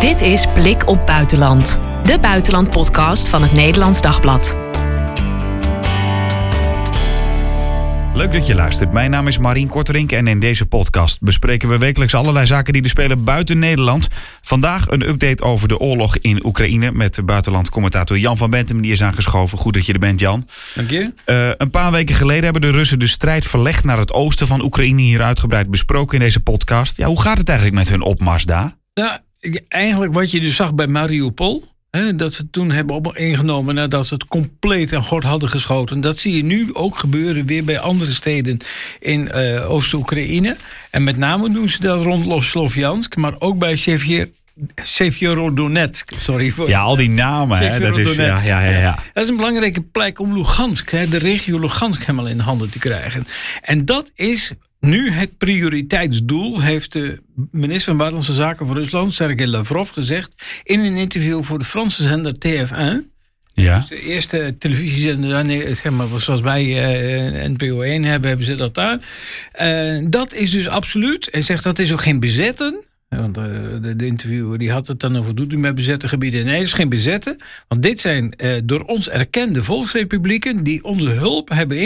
Dit is Blik op Buitenland. De buitenlandpodcast van het Nederlands Dagblad. Leuk dat je luistert. Mijn naam is Marien Korterink en in deze podcast bespreken we wekelijks allerlei zaken die er spelen buiten Nederland. Vandaag een update over de oorlog in Oekraïne met buitenlandcommentator Jan van Bentem. Die is aangeschoven. Goed dat je er bent, Jan. Dank je. Een paar weken geleden hebben de Russen de strijd verlegd naar het oosten van Oekraïne. Hier uitgebreid besproken in deze podcast. Ja, hoe gaat het eigenlijk met hun opmars daar? Nou, eigenlijk wat je dus zag bij Mariupol, dat ze toen hebben ingenomen nadat ze het compleet aan gort hadden geschoten. Dat zie je nu ook gebeuren weer bij andere steden in Oost-Oekraïne. En met name doen ze dat rond Slovjansk, maar ook bij Severodonetsk. Ja, al die namen. Dat is, ja. Dat is een belangrijke plek om Lugansk, de regio Lugansk, helemaal in handen te krijgen. En dat is nu het prioriteitsdoel, heeft de minister van Buitenlandse Zaken van Rusland, Sergei Lavrov, gezegd in een interview voor de Franse zender TF1. Ja. Dus de eerste televisiezender, zeg maar, zoals wij NPO 1 hebben ze dat daar. Dat is dus absoluut. Hij zegt dat is ook geen bezetten. Want de interviewer die had het dan over, doet u met bezette gebieden? Nee, dat is geen bezetten. Want dit zijn door ons erkende volksrepublieken die onze hulp hebben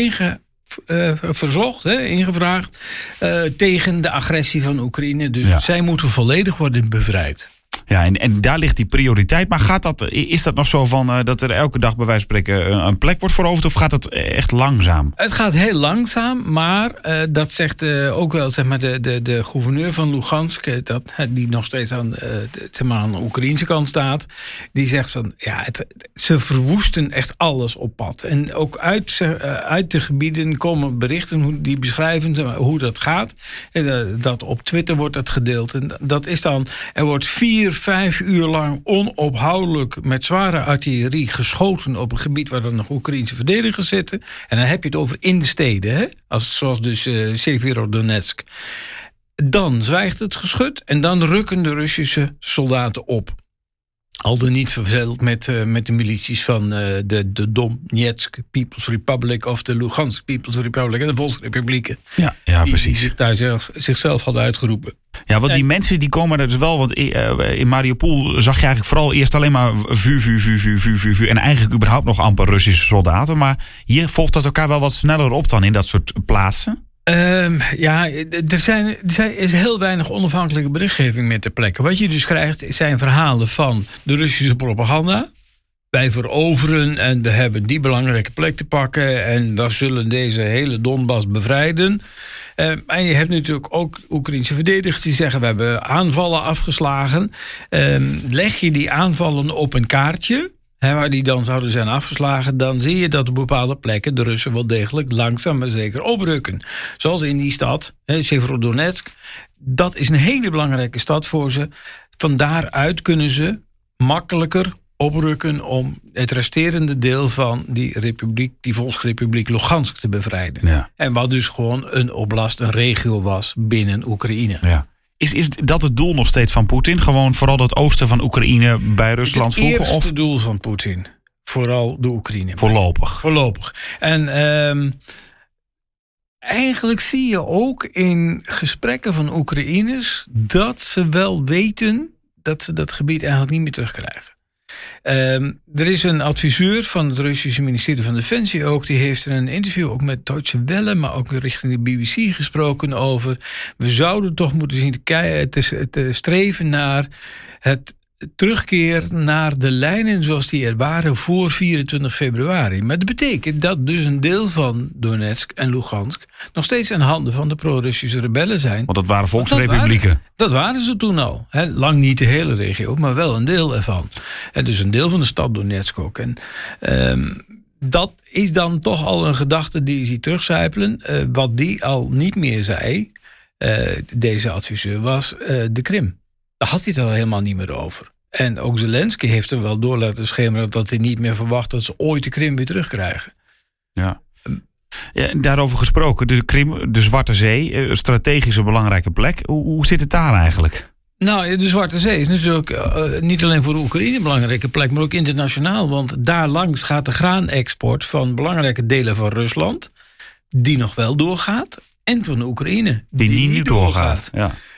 ingevraagd tegen de agressie van Oekraïne. Dus zij moeten volledig worden bevrijd. Ja, en daar ligt die prioriteit. Maar is dat nog zo van dat er elke dag bij wijze van spreken een plek wordt veroverd? Of gaat het echt langzaam? Het gaat heel langzaam, maar dat zegt ook wel zeg maar, de gouverneur van Lugansk, die nog steeds aan de Oekraïnse kant staat. Die zegt van, ze verwoesten echt alles op pad. En ook uit de gebieden komen berichten die beschrijven hoe dat gaat. Dat op Twitter wordt het gedeeld. En dat is dan, er wordt 4-5 uur lang onophoudelijk met zware artillerie geschoten op een gebied waar dan nog Oekraïnse verdedigers zitten. En dan heb je het over in de steden, zoals dus Severodonetsk. Dan zwijgt het geschut en dan rukken de Russische soldaten op. Al dan niet verzeld met de milities van de Donetsk People's Republic of de Lugansk People's Republic en de Volksrepublieken. Ja, precies. Die zich daar zichzelf hadden uitgeroepen. Ja, want die mensen die komen er dus wel, want in Mariupol zag je eigenlijk vooral eerst alleen maar vuur. En eigenlijk überhaupt nog amper Russische soldaten. Maar hier volgt dat elkaar wel wat sneller op dan in dat soort plaatsen. Er is heel weinig onafhankelijke berichtgeving met de plekken. Wat je dus krijgt zijn verhalen van de Russische propaganda. Wij veroveren en we hebben die belangrijke plek te pakken en we zullen deze hele Donbass bevrijden. En je hebt natuurlijk ook Oekraïnse verdedigers die zeggen we hebben aanvallen afgeslagen. Leg je die aanvallen op een kaartje, waar die dan zouden zijn afgeslagen, dan zie je dat op bepaalde plekken de Russen wel degelijk langzaam maar zeker oprukken. Zoals in die stad, Severodonetsk. Dat is een hele belangrijke stad voor ze. Van daaruit kunnen ze makkelijker oprukken om het resterende deel van die Volksrepubliek Lugansk te bevrijden. Ja. En wat dus gewoon een oblast, een regio was binnen Oekraïne. Ja. Is dat het doel nog steeds van Poetin? Gewoon vooral dat oosten van Oekraïne bij Rusland voegen? Het eerste doel van Poetin. Vooral de Oekraïne. Voorlopig. En eigenlijk zie je ook in gesprekken van Oekraïners dat ze wel weten dat ze dat gebied eigenlijk niet meer terugkrijgen. Er is een adviseur van het Russische ministerie van Defensie ook. Die heeft in een interview ook met Deutsche Welle, maar ook richting de BBC gesproken over. We zouden toch moeten zien te streven naar het terugkeer naar de lijnen zoals die er waren voor 24 februari. Maar dat betekent dat dus een deel van Donetsk en Lugansk nog steeds aan handen van de pro-Russische rebellen zijn. Want dat waren volksrepublieken. Dat waren ze toen al. Lang niet de hele regio, maar wel een deel ervan. En dus een deel van de stad Donetsk ook. En dat is dan toch al een gedachte die je ziet terugcijpelen. Wat die al niet meer zei, deze adviseur, was de Krim. Daar had hij het al helemaal niet meer over. En ook Zelensky heeft er wel door laten schemeren dat hij niet meer verwacht dat ze ooit de Krim weer terugkrijgen. Ja. Daarover gesproken, de Krim, de Zwarte Zee, een strategische belangrijke plek. Hoe zit het daar eigenlijk? Nou, de Zwarte Zee is natuurlijk niet alleen voor de Oekraïne een belangrijke plek, maar ook internationaal. Want daar langs gaat de graanexport van belangrijke delen van Rusland, die nog wel doorgaat, en van de Oekraïne, die niet doorgaat. Ja.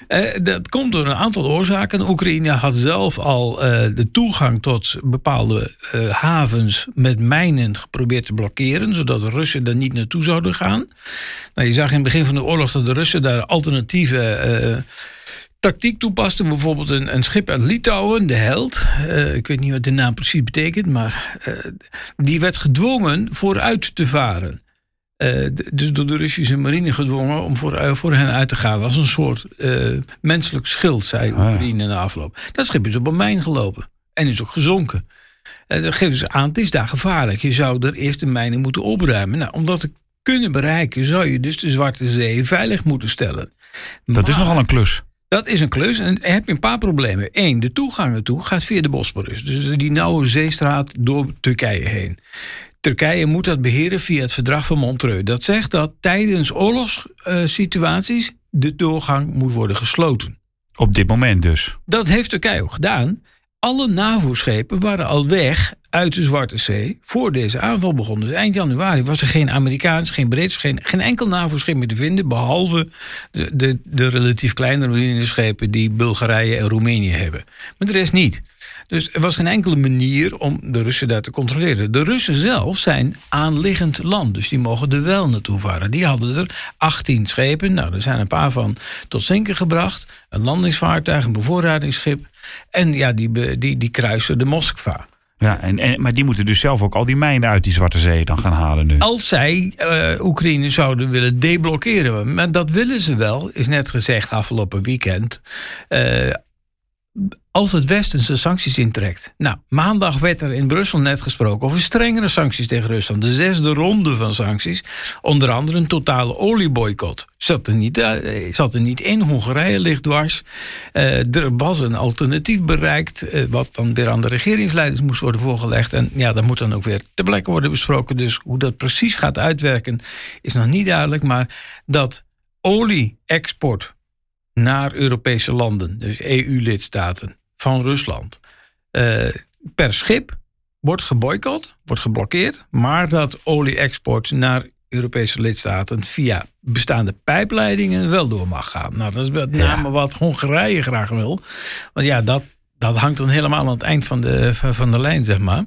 Dat komt door een aantal oorzaken. Oekraïne had zelf al de toegang tot bepaalde havens met mijnen geprobeerd te blokkeren, zodat de Russen daar niet naartoe zouden gaan. Nou, je zag in het begin van de oorlog dat de Russen daar alternatieve tactiek toepasten. Bijvoorbeeld een schip uit Litouwen, de Held. Ik weet niet wat de naam precies betekent, maar die werd gedwongen vooruit te varen. Dus door de Russische marine gedwongen om voor hen uit te gaan. Als een soort menselijk schild, zei Oekraïne na afloop. Dat schip is op een mijn gelopen en is ook gezonken. Dat geeft dus aan, het is daar gevaarlijk. Je zou er eerst de mijnen moeten opruimen. Nou, om dat te kunnen bereiken, zou je dus de Zwarte Zee veilig moeten stellen. Dat is nogal een klus. Dat is een klus en dan heb je een paar problemen. Eén, de toegang ertoe gaat via de Bosporus. Dus die nauwe zeestraat door Turkije heen. Turkije moet dat beheren via het verdrag van Montreux. Dat zegt dat tijdens oorlogssituaties de doorgang moet worden gesloten. Op dit moment dus. Dat heeft Turkije ook gedaan. Alle NAVO-schepen waren al weg uit de Zwarte Zee voor deze aanval begon. Dus eind januari was er geen Amerikaans, geen Brits, geen enkel NAVO-schip meer te vinden, behalve de relatief kleinere marineschepen die Bulgarije en Roemenië hebben. Maar de rest niet. Dus er was geen enkele manier om de Russen daar te controleren. De Russen zelf zijn aanliggend land, dus die mogen er wel naartoe varen. Die hadden er 18 schepen. Nou, er zijn een paar van tot zinken gebracht. Een landingsvaartuig, een bevoorradingsschip. En ja, die kruisen de Moskva. Ja, maar die moeten dus zelf ook al die mijnen uit die Zwarte Zee dan gaan halen nu. Als zij Oekraïne zouden willen deblokkeren. Maar dat willen ze wel, is net gezegd afgelopen weekend. Als het Westen zijn sancties intrekt. Nou, maandag werd er in Brussel net gesproken over strengere sancties tegen Rusland. De 6e ronde van sancties. Onder andere een totale olieboycott. Zat er niet in. Hongarije ligt dwars. Er was een alternatief bereikt. Wat dan weer aan de regeringsleiders moest worden voorgelegd. En ja, dat moet dan ook weer ter plekke worden besproken. Dus hoe dat precies gaat uitwerken is nog niet duidelijk. Maar dat olie-export naar Europese landen, dus EU-lidstaten van Rusland, per schip wordt geboycott, wordt geblokkeerd, maar dat olie-export naar Europese lidstaten via bestaande pijpleidingen wel door mag gaan. Nou, dat is met name wat Hongarije graag wil. Want ja, dat hangt dan helemaal aan het eind van de lijn, zeg maar.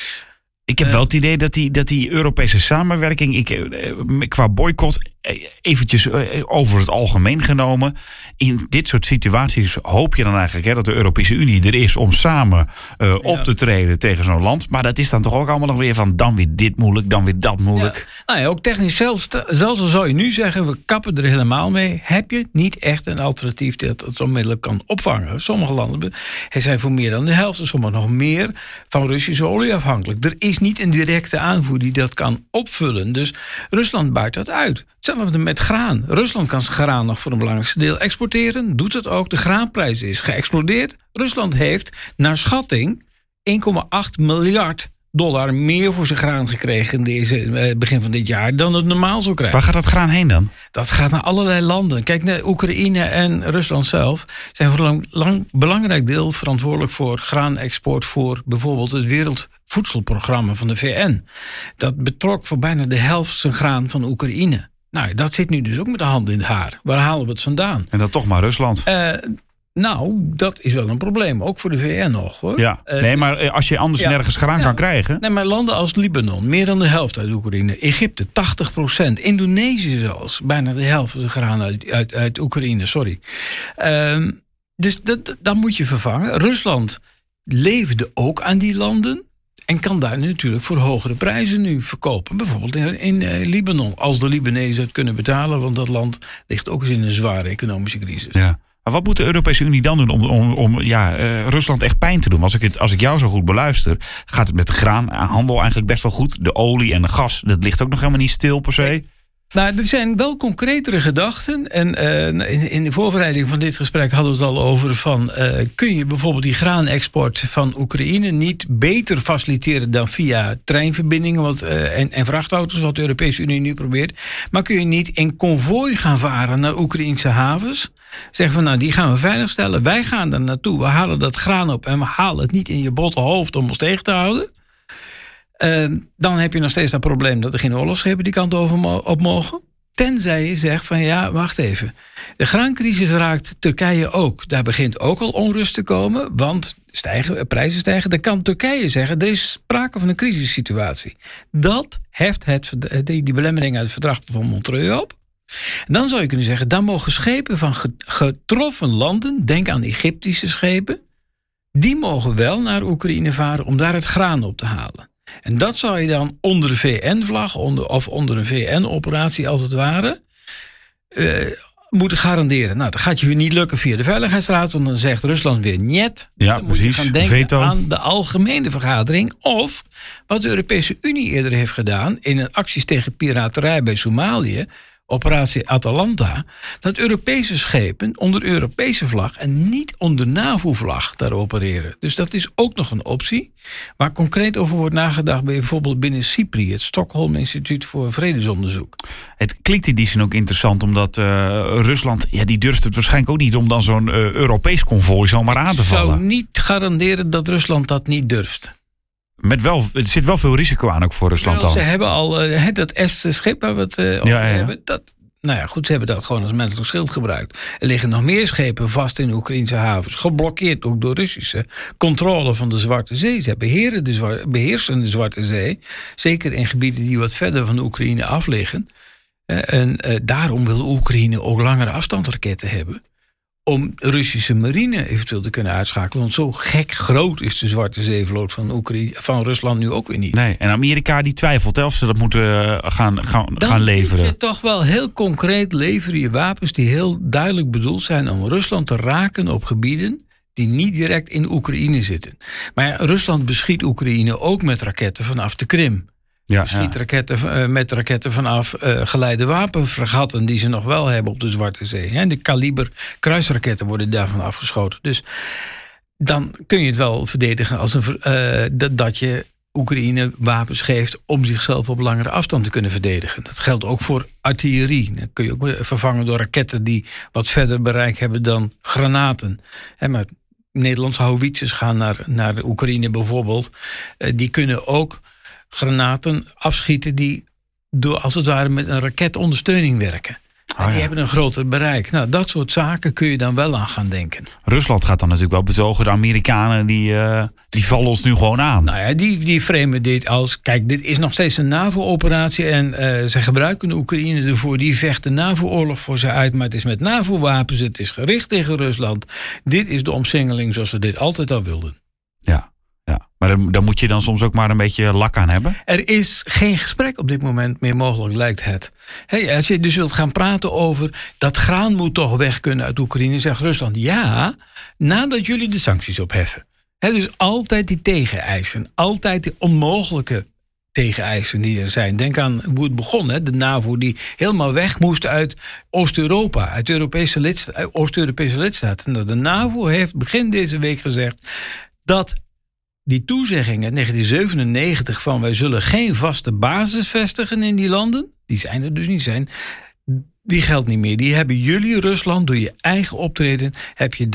Ik heb wel het idee dat die Europese samenwerking, qua boycott, eventjes over het algemeen genomen, in dit soort situaties hoop je dan eigenlijk dat de Europese Unie er is om samen op te treden tegen zo'n land. Maar dat is dan toch ook allemaal nog weer van dan weer dit moeilijk, dan weer dat moeilijk. Ja. Nou ja, ook technisch zelfs al zou je nu zeggen, we kappen er helemaal mee, heb je niet echt een alternatief dat het onmiddellijk kan opvangen. Sommige landen zijn voor meer dan de helft, sommigen nog meer van Russische olie afhankelijk. Er is niet een directe aanvoer die dat kan opvullen. Dus Rusland buit dat uit. Hetzelfde met graan. Rusland kan zijn graan nog voor een belangrijkste deel exporteren. Doet het ook. De graanprijs is geëxplodeerd. Rusland heeft naar schatting $1,8 miljard meer voor zijn graan gekregen in begin van dit jaar dan het normaal zou krijgen. Waar gaat dat graan heen dan? Dat gaat naar allerlei landen. Kijk, naar Oekraïne en Rusland zelf zijn voor een belangrijk deel verantwoordelijk voor graanexport voor bijvoorbeeld het Wereldvoedselprogramma van de VN. Dat betrok voor bijna de helft zijn graan van Oekraïne. Nou, dat zit nu dus ook met de hand in het haar. Waar halen we het vandaan? En dan toch maar Rusland. Nou, dat is wel een probleem. Ook voor de VN nog, hoor. Ja, maar als je anders nergens graan kan krijgen. Nee, maar landen als Libanon, meer dan de helft uit Oekraïne. Egypte, 80%. Indonesië zelfs, bijna de helft van de graan uit Oekraïne, sorry. Dus dat moet je vervangen. Rusland leefde ook aan die landen. En kan daar natuurlijk voor hogere prijzen nu verkopen. Bijvoorbeeld in Libanon. Als de Libanezen het kunnen betalen. Want dat land ligt ook eens in een zware economische crisis. Ja. Maar wat moet de Europese Unie dan doen om Rusland echt pijn te doen? Als ik jou zo goed beluister, gaat het met de graanhandel eigenlijk best wel goed. De olie en de gas, dat ligt ook nog helemaal niet stil per se. Nou, er zijn wel concretere gedachten. En in de voorbereiding van dit gesprek hadden we het al over van kun je bijvoorbeeld die graanexport van Oekraïne niet beter faciliteren dan via treinverbindingen en vrachtauto's, wat de Europese Unie nu probeert. Maar kun je niet in konvooi gaan varen naar Oekraïnse havens? Zeggen van, nou, die gaan we veiligstellen. Wij gaan daar naartoe. We halen dat graan op en we halen het niet in je botte hoofd om ons tegen te houden. Dan heb je nog steeds dat probleem dat er geen oorlogsschepen die kant op mogen. Tenzij je zegt van ja, wacht even. De graancrisis raakt Turkije ook. Daar begint ook al onrust te komen, want prijzen stijgen. Dan kan Turkije zeggen, er is sprake van een crisissituatie. Dat heft die belemmering uit het verdrag van Montreux op. En dan zou je kunnen zeggen, dan mogen schepen van getroffen landen, denk aan Egyptische schepen, die mogen wel naar Oekraïne varen om daar het graan op te halen. En dat zou je dan onder de VN-vlag of onder een VN-operatie als het ware moeten garanderen. Nou, dat gaat je weer niet lukken via de Veiligheidsraad, want dan zegt Rusland weer niet. Ja, dan precies. Moet je gaan denken Veto. aan de algemene vergadering. Of wat de Europese Unie eerder heeft gedaan in een acties tegen piraterij bij Somalië, operatie Atalanta, dat Europese schepen onder Europese vlag en niet onder NAVO-vlag daar opereren. Dus dat is ook nog een optie. Waar concreet over wordt nagedacht bijvoorbeeld binnen SIPRI, het Stockholm Instituut voor Vredesonderzoek. Het klinkt in die zin ook interessant, omdat Rusland, die durft het waarschijnlijk ook niet om dan zo'n Europees konvooi zomaar aan te vallen. Ik zou niet garanderen dat Rusland dat niet durft. Er zit wel veel risico aan ook voor Rusland dan. Ze hebben al dat Estse schip waar we het over hebben. Ze hebben dat gewoon als menselijk schild gebruikt. Er liggen nog meer schepen vast in Oekraïnse havens. Geblokkeerd ook door Russische controle van de Zwarte Zee. Ze beheersen de Zwarte Zee. Zeker in gebieden die wat verder van de Oekraïne af liggen. Daarom wil Oekraïne ook langere afstandsraketten hebben. Om Russische marine eventueel te kunnen uitschakelen. Want zo gek groot is de Zwarte Zeevloot van Rusland nu ook weer niet. Nee, en Amerika die twijfelt of ze dat moeten gaan leveren. Dan je toch wel heel concreet leveren je wapens die heel duidelijk bedoeld zijn om Rusland te raken op gebieden die niet direct in Oekraïne zitten. Maar ja, Rusland beschiet Oekraïne ook met raketten vanaf de Krim. Met raketten vanaf geleide wapenfregatten die ze nog wel hebben op de Zwarte Zee. En de kaliber kruisraketten worden daarvan afgeschoten. Dus dan kun je het wel verdedigen als dat je Oekraïne wapens geeft om zichzelf op langere afstand te kunnen verdedigen. Dat geldt ook voor artillerie. Dat kun je ook vervangen door raketten die wat verder bereik hebben dan granaten. Maar Nederlandse houwitsers gaan naar de Oekraïne bijvoorbeeld. Die kunnen ook granaten afschieten die als het ware met een raketondersteuning werken. Die hebben een groter bereik. Nou, dat soort zaken kun je dan wel aan gaan denken. Rusland gaat dan natuurlijk wel bezogen. De Amerikanen die vallen ons nu gewoon aan. Nou ja, die framen dit als, kijk, dit is nog steeds een NAVO-operatie en ze gebruiken de Oekraïne ervoor. Die vechten NAVO-oorlog voor ze uit, maar het is met NAVO-wapens. Het is gericht tegen Rusland. Dit is de omsingeling zoals we dit altijd al wilden. Ja. Maar daar moet je dan soms ook maar een beetje lak aan hebben? Er is geen gesprek op dit moment meer mogelijk, lijkt het. Als je dus wilt gaan praten over dat graan moet toch weg kunnen uit Oekraïne, zegt Rusland ja, nadat jullie de sancties opheffen. Dus altijd die tegeneisen, altijd die onmogelijke tegeneisen die er zijn. Denk aan hoe het begon, de NAVO die helemaal weg moest uit Oost-Europa, uit Oost-Europese lidstaten. De NAVO heeft begin deze week gezegd dat die toezegging in 1997 van wij zullen geen vaste basis vestigen in die landen, die zijn er dus niet die geldt niet meer. Die hebben jullie, Rusland, door je eigen optreden, heb je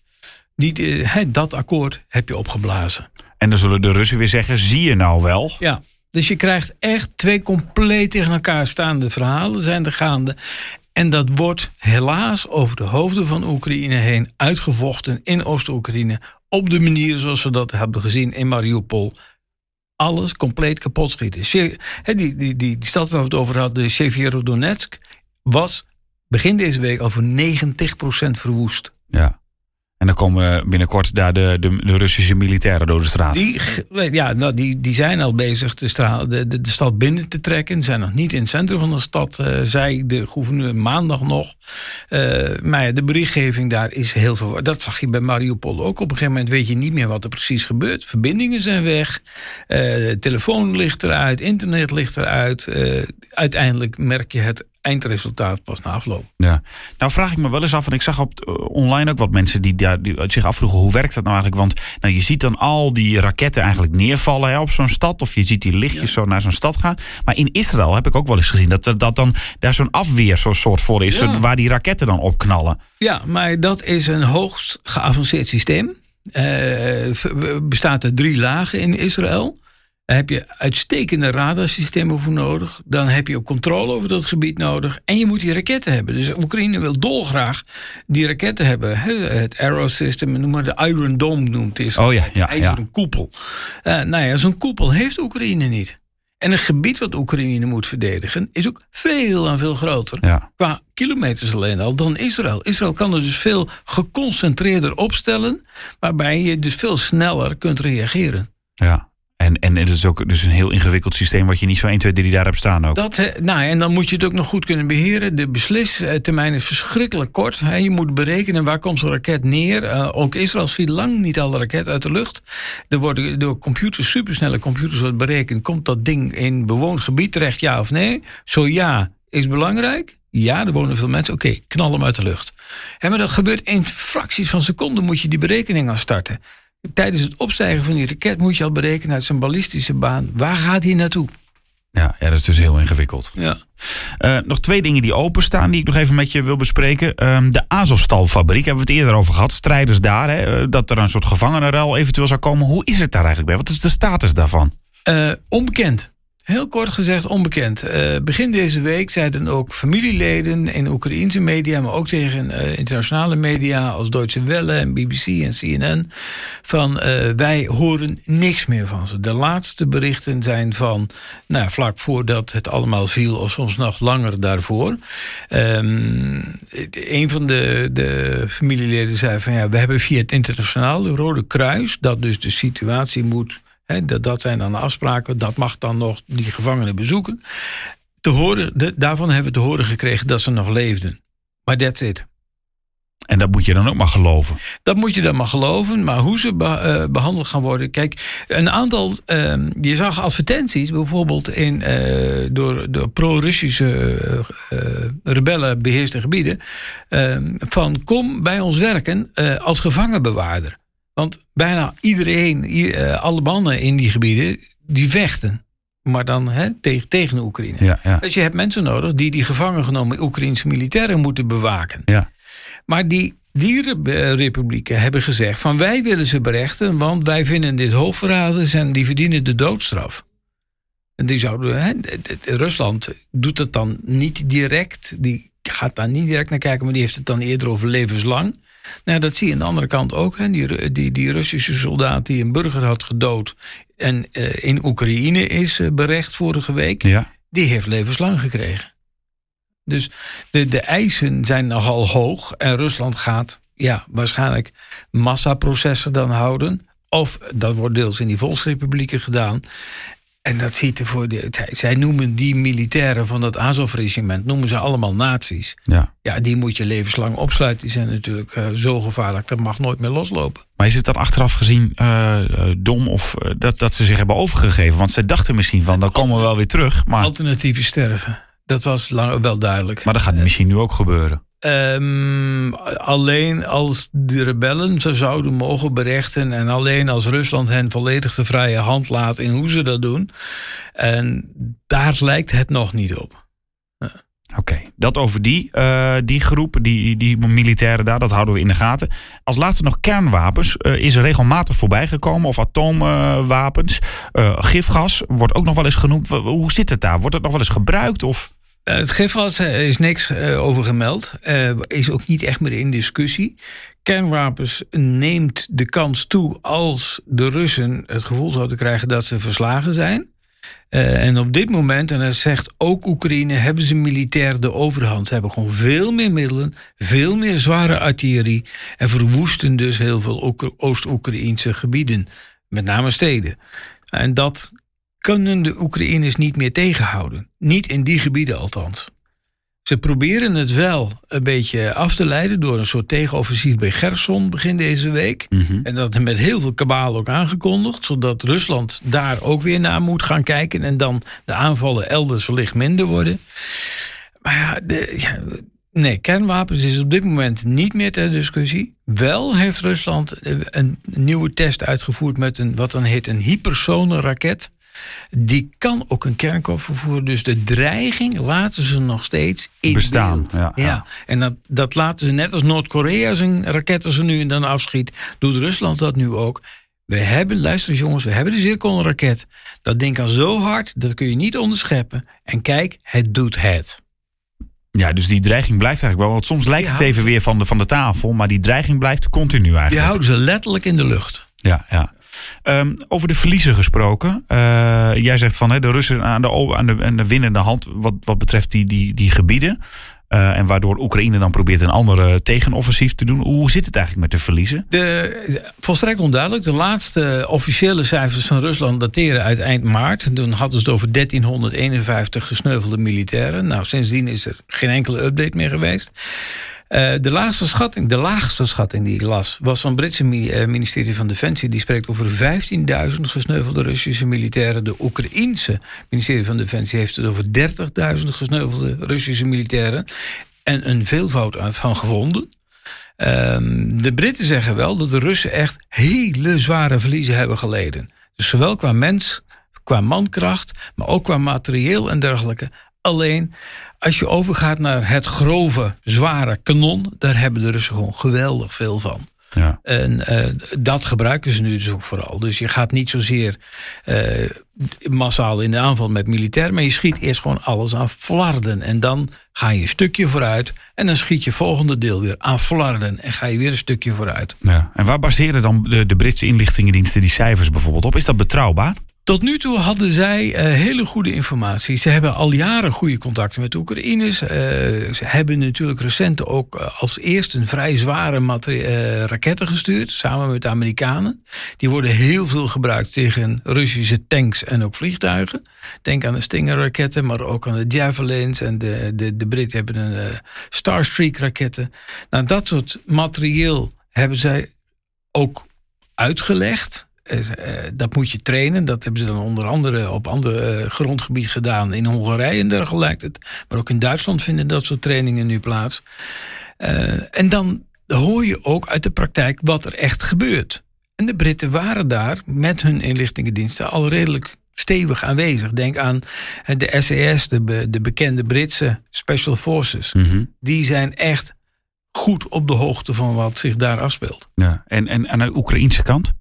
dat akkoord heb je opgeblazen. En dan zullen de Russen weer zeggen, zie je nou wel? Ja, dus je krijgt echt twee compleet tegen elkaar staande verhalen zijn er gaande. En dat wordt helaas over de hoofden van Oekraïne heen uitgevochten in Oost-Oekraïne op de manier zoals we dat hebben gezien in Mariupol. Alles compleet kapot schieten. Die stad waar we het over hadden, Severodonetsk, was begin deze week al voor 90% verwoest. Ja. En dan komen binnenkort daar de Russische militairen door de straat. Die zijn al bezig de stad binnen te trekken. Ze zijn nog niet in het centrum van de stad, zei de gouverneur maandag nog. Maar de berichtgeving daar is heel veel. Dat zag je bij Mariupol ook. Op een gegeven moment weet je niet meer wat er precies gebeurt. Verbindingen zijn weg. Telefoon ligt eruit. Internet ligt eruit. Uiteindelijk merk je het eindresultaat pas na afloop. Ja. Nou vraag ik me wel eens af, en ik zag online ook wat mensen die zich afvroegen, hoe werkt dat nou eigenlijk? Want je ziet dan al die raketten eigenlijk neervallen op zo'n stad, of je ziet die lichtjes zo naar zo'n stad gaan. Maar in Israël heb ik ook wel eens gezien dat dan daar zo'n afweer zo'n soort voor is, waar die raketten dan opknallen. Ja, maar dat is een hoogst geavanceerd systeem. Bestaat uit 3 lagen in Israël. Dan heb je uitstekende radarsystemen voor nodig. Dan heb je ook controle over dat gebied nodig. En je moet die raketten hebben. Dus Oekraïne wil dolgraag die raketten hebben. Het Arrow System, noem maar de Iron Dome noemt is. IJzeren koepel. Zo'n koepel heeft Oekraïne niet. En het gebied wat Oekraïne moet verdedigen is ook veel en veel groter. Ja. Qua kilometers alleen al dan Israël. Israël kan er dus veel geconcentreerder opstellen, waarbij je dus veel sneller kunt reageren. Ja. En het is ook dus een heel ingewikkeld systeem wat je niet zo 1, 2, 3 daar hebt staan ook. En dan moet je het ook nog goed kunnen beheren. De beslistermijn is verschrikkelijk kort. Je moet berekenen waar komt zo'n raket neer. Ook Israël schiet lang niet alle raketten uit de lucht. Er worden door computers, supersnelle computers wordt berekend. Komt dat ding in bewoond gebied terecht, ja of nee? Zo ja, is belangrijk. Ja, er wonen veel mensen. Oké, knal hem uit de lucht. Maar dat gebeurt in fracties van seconden moet je die berekening aan starten. Tijdens het opstijgen van die raket moet je al berekenen uit zijn ballistische baan. Waar gaat hij naartoe? Ja, dat is dus heel ingewikkeld. Ja. Nog 2 dingen die openstaan die ik nog even met je wil bespreken. De Azovstal-fabriek hebben we het eerder over gehad. Strijders daar, dat er een soort gevangenenruil eventueel zou komen. Hoe is het daar eigenlijk bij? Wat is de status daarvan? Onbekend. Heel kort gezegd onbekend. Begin deze week zeiden ook familieleden in Oekraïense media, maar ook tegen internationale media als Deutsche Welle en BBC en CNN, van wij horen niks meer van ze. De laatste berichten zijn van vlak voordat het allemaal viel of soms nog langer daarvoor. Een van de familieleden zei van we hebben via het internationale Rode Kruis, dat dus de situatie moet. Dat zijn dan de afspraken, dat mag dan nog die gevangenen bezoeken. Daarvan hebben we te horen gekregen dat ze nog leefden. Maar that's it. En dat moet je dan ook maar geloven? Dat moet je dan maar geloven, maar hoe ze behandeld gaan worden. Kijk, een aantal, je zag advertenties bijvoorbeeld door de pro-Russische rebellen beheerste gebieden. Van kom bij ons werken als gevangenbewaarder. Want bijna iedereen, alle mannen in die gebieden, die vechten. Maar dan tegen de Oekraïne. Ja. Dus je hebt mensen nodig die gevangen genomen Oekraïnse militairen moeten bewaken. Ja. Maar die republieken hebben gezegd van wij willen ze berechten, want wij vinden dit hoogverraders en die verdienen de doodstraf. En die zouden, Rusland doet het dan niet direct, die gaat daar niet direct naar kijken, maar die heeft het dan eerder over levenslang. Dat zie je aan de andere kant ook. Die Russische soldaat die een burger had gedood en in Oekraïne is berecht vorige week, die heeft levenslang gekregen. Dus de eisen zijn nogal hoog en Rusland gaat waarschijnlijk massaprocessen dan houden. Of dat wordt deels in die volksrepublieken gedaan. En dat ziet ervoor. Zij noemen die militairen van dat Azov-regiment noemen ze allemaal nazi's. Ja, die moet je levenslang opsluiten. Die zijn natuurlijk zo gevaarlijk. Dat mag nooit meer loslopen. Maar is het dan achteraf gezien dom of dat ze zich hebben overgegeven? Want zij dachten misschien van, dan komen we wel weer terug. Maar alternatieve sterven. Dat was wel duidelijk. Maar dat gaat misschien nu ook gebeuren. Alleen als de rebellen ze zouden mogen berechten en alleen als Rusland hen volledig de vrije hand laat in hoe ze dat doen. En daar lijkt het nog niet op. Oké, dat over die groep, die militairen daar, dat houden we in de gaten. Als laatste nog kernwapens. Is er regelmatig voorbij gekomen of atoomwapens. Gifgas wordt ook nog wel eens genoemd. Hoe zit het daar? Wordt het nog wel eens gebruikt of... Het gifgas is niks over gemeld. Is ook niet echt meer in discussie. Kernwapens neemt de kans toe als de Russen het gevoel zouden krijgen dat ze verslagen zijn. En op dit moment, en dat zegt ook Oekraïne, hebben ze militair de overhand. Ze hebben gewoon veel meer middelen, veel meer zware artillerie en verwoesten dus heel veel Oost-Oekraïnse gebieden, met name steden. En dat kunnen de Oekraïners niet meer tegenhouden. Niet in die gebieden althans. Ze proberen het wel een beetje af te leiden door een soort tegenoffensief bij Gerson begin deze week. Mm-hmm. En dat met heel veel kabaal ook aangekondigd, zodat Rusland daar ook weer naar moet gaan kijken en dan de aanvallen elders wellicht minder worden. Maar nee, kernwapens is op dit moment niet meer ter discussie. Wel heeft Rusland een nieuwe test uitgevoerd met wat dan heet een hypersonenraket. Die kan ook een kernkop vervoeren. Dus de dreiging laten ze nog steeds in bestaan. Beeld. Ja. En dat laten ze net als Noord-Korea zijn raketten ze nu en dan afschiet. Doet Rusland dat nu ook. luister eens jongens, we hebben de Zircon-raket. Dat ding kan zo hard, dat kun je niet onderscheppen. En kijk, het doet het. Ja, dus die dreiging blijft eigenlijk wel. Want soms lijkt het even weer van de tafel. Maar die dreiging blijft continu eigenlijk. Die houden ze letterlijk in de lucht. Ja. Over de verliezen gesproken. Jij zegt van de Russen aan de winnende hand wat betreft die gebieden. En waardoor Oekraïne dan probeert een andere tegenoffensief te doen. Hoe zit het eigenlijk met de verliezen? Volstrekt onduidelijk. De laatste officiële cijfers van Rusland dateren uit eind maart. Toen hadden ze het over 1351 gesneuvelde militairen. Nou, sindsdien is er geen enkele update meer geweest. De laagste schatting die ik las was van het Britse ministerie van Defensie. Die spreekt over 15.000 gesneuvelde Russische militairen. De Oekraïense ministerie van Defensie heeft het over 30.000 gesneuvelde Russische militairen. En een veelvoud van gewonden. De Britten zeggen wel dat de Russen echt hele zware verliezen hebben geleden. Dus zowel qua mankracht, maar ook qua materieel en dergelijke. Alleen, als je overgaat naar het grove, zware kanon, daar hebben de Russen gewoon geweldig veel van. Ja. En dat gebruiken ze nu dus ook vooral. Dus je gaat niet zozeer massaal in de aanval met militair, maar je schiet eerst gewoon alles aan flarden. En dan ga je een stukje vooruit en dan schiet je volgende deel weer aan flarden en ga je weer een stukje vooruit. Ja. En waar baseren dan de Britse inlichtingendiensten die cijfers bijvoorbeeld op? Is dat betrouwbaar? Tot nu toe hadden zij hele goede informatie. Ze hebben al jaren goede contacten met de Oekraïners. Ze hebben natuurlijk recent ook als eerste een vrij zware raketten gestuurd, samen met de Amerikanen. Die worden heel veel gebruikt tegen Russische tanks en ook vliegtuigen. Denk aan de Stinger-raketten, maar ook aan de Javelins. En de Britten hebben een Starstreak-raketten. Nou, dat soort materieel hebben zij ook uitgelegd. Dat moet je trainen. Dat hebben ze dan onder andere op ander grondgebied gedaan. In Hongarije en dergelijke lijkt het. Maar ook in Duitsland vinden dat soort trainingen nu plaats. En dan hoor je ook uit de praktijk wat er echt gebeurt. En de Britten waren daar met hun inlichtingendiensten al redelijk stevig aanwezig. Denk aan de SAS, de bekende Britse Special Forces. Mm-hmm. Die zijn echt goed op de hoogte van wat zich daar afspeelt. Ja. En aan de Oekraïnse kant?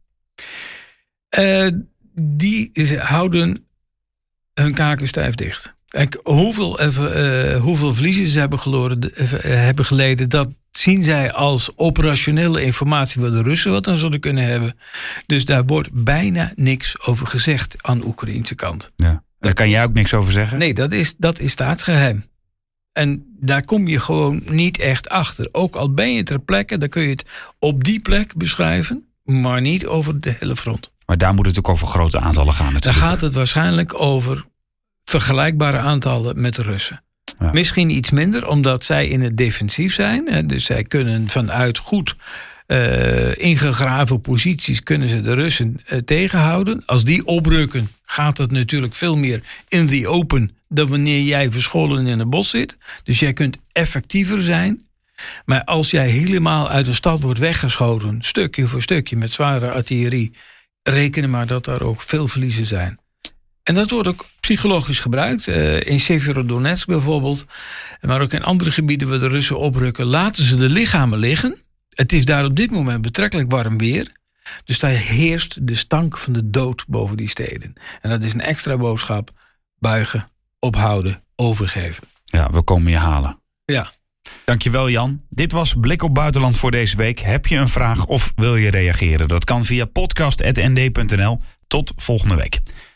Die houden hun kaken stijf dicht. Kijk, hoeveel verliezen ze hebben geleden, dat zien zij als operationele informatie waar de Russen wat aan zouden kunnen hebben. Dus daar wordt bijna niks over gezegd aan de Oekraïnse kant. Ja. Daar kan jij ook niks over zeggen? Nee, dat is staatsgeheim. En daar kom je gewoon niet echt achter. Ook al ben je ter plekke, dan kun je het op die plek beschrijven, maar niet over de hele front. Maar daar moet het ook over grote aantallen gaan natuurlijk. Dan gaat het waarschijnlijk over vergelijkbare aantallen met de Russen. Ja. Misschien iets minder, omdat zij in het defensief zijn. Hè, dus zij kunnen vanuit goed ingegraven posities kunnen ze de Russen tegenhouden. Als die oprukken, gaat het natuurlijk veel meer in the open dan wanneer jij verscholen in een bos zit. Dus jij kunt effectiever zijn. Maar als jij helemaal uit de stad wordt weggeschoten, stukje voor stukje met zware artillerie, reken maar dat daar ook veel verliezen zijn. En dat wordt ook psychologisch gebruikt. In Severodonetsk bijvoorbeeld, maar ook in andere gebieden waar de Russen oprukken, laten ze de lichamen liggen. Het is daar op dit moment betrekkelijk warm weer. Dus daar heerst de stank van de dood boven die steden. En dat is een extra boodschap. Buigen, ophouden, overgeven. Ja, we komen je halen. Ja. Dankjewel Jan. Dit was Blik op Buitenland voor deze week. Heb je een vraag of wil je reageren? Dat kan via podcast@nd.nl. Tot volgende week.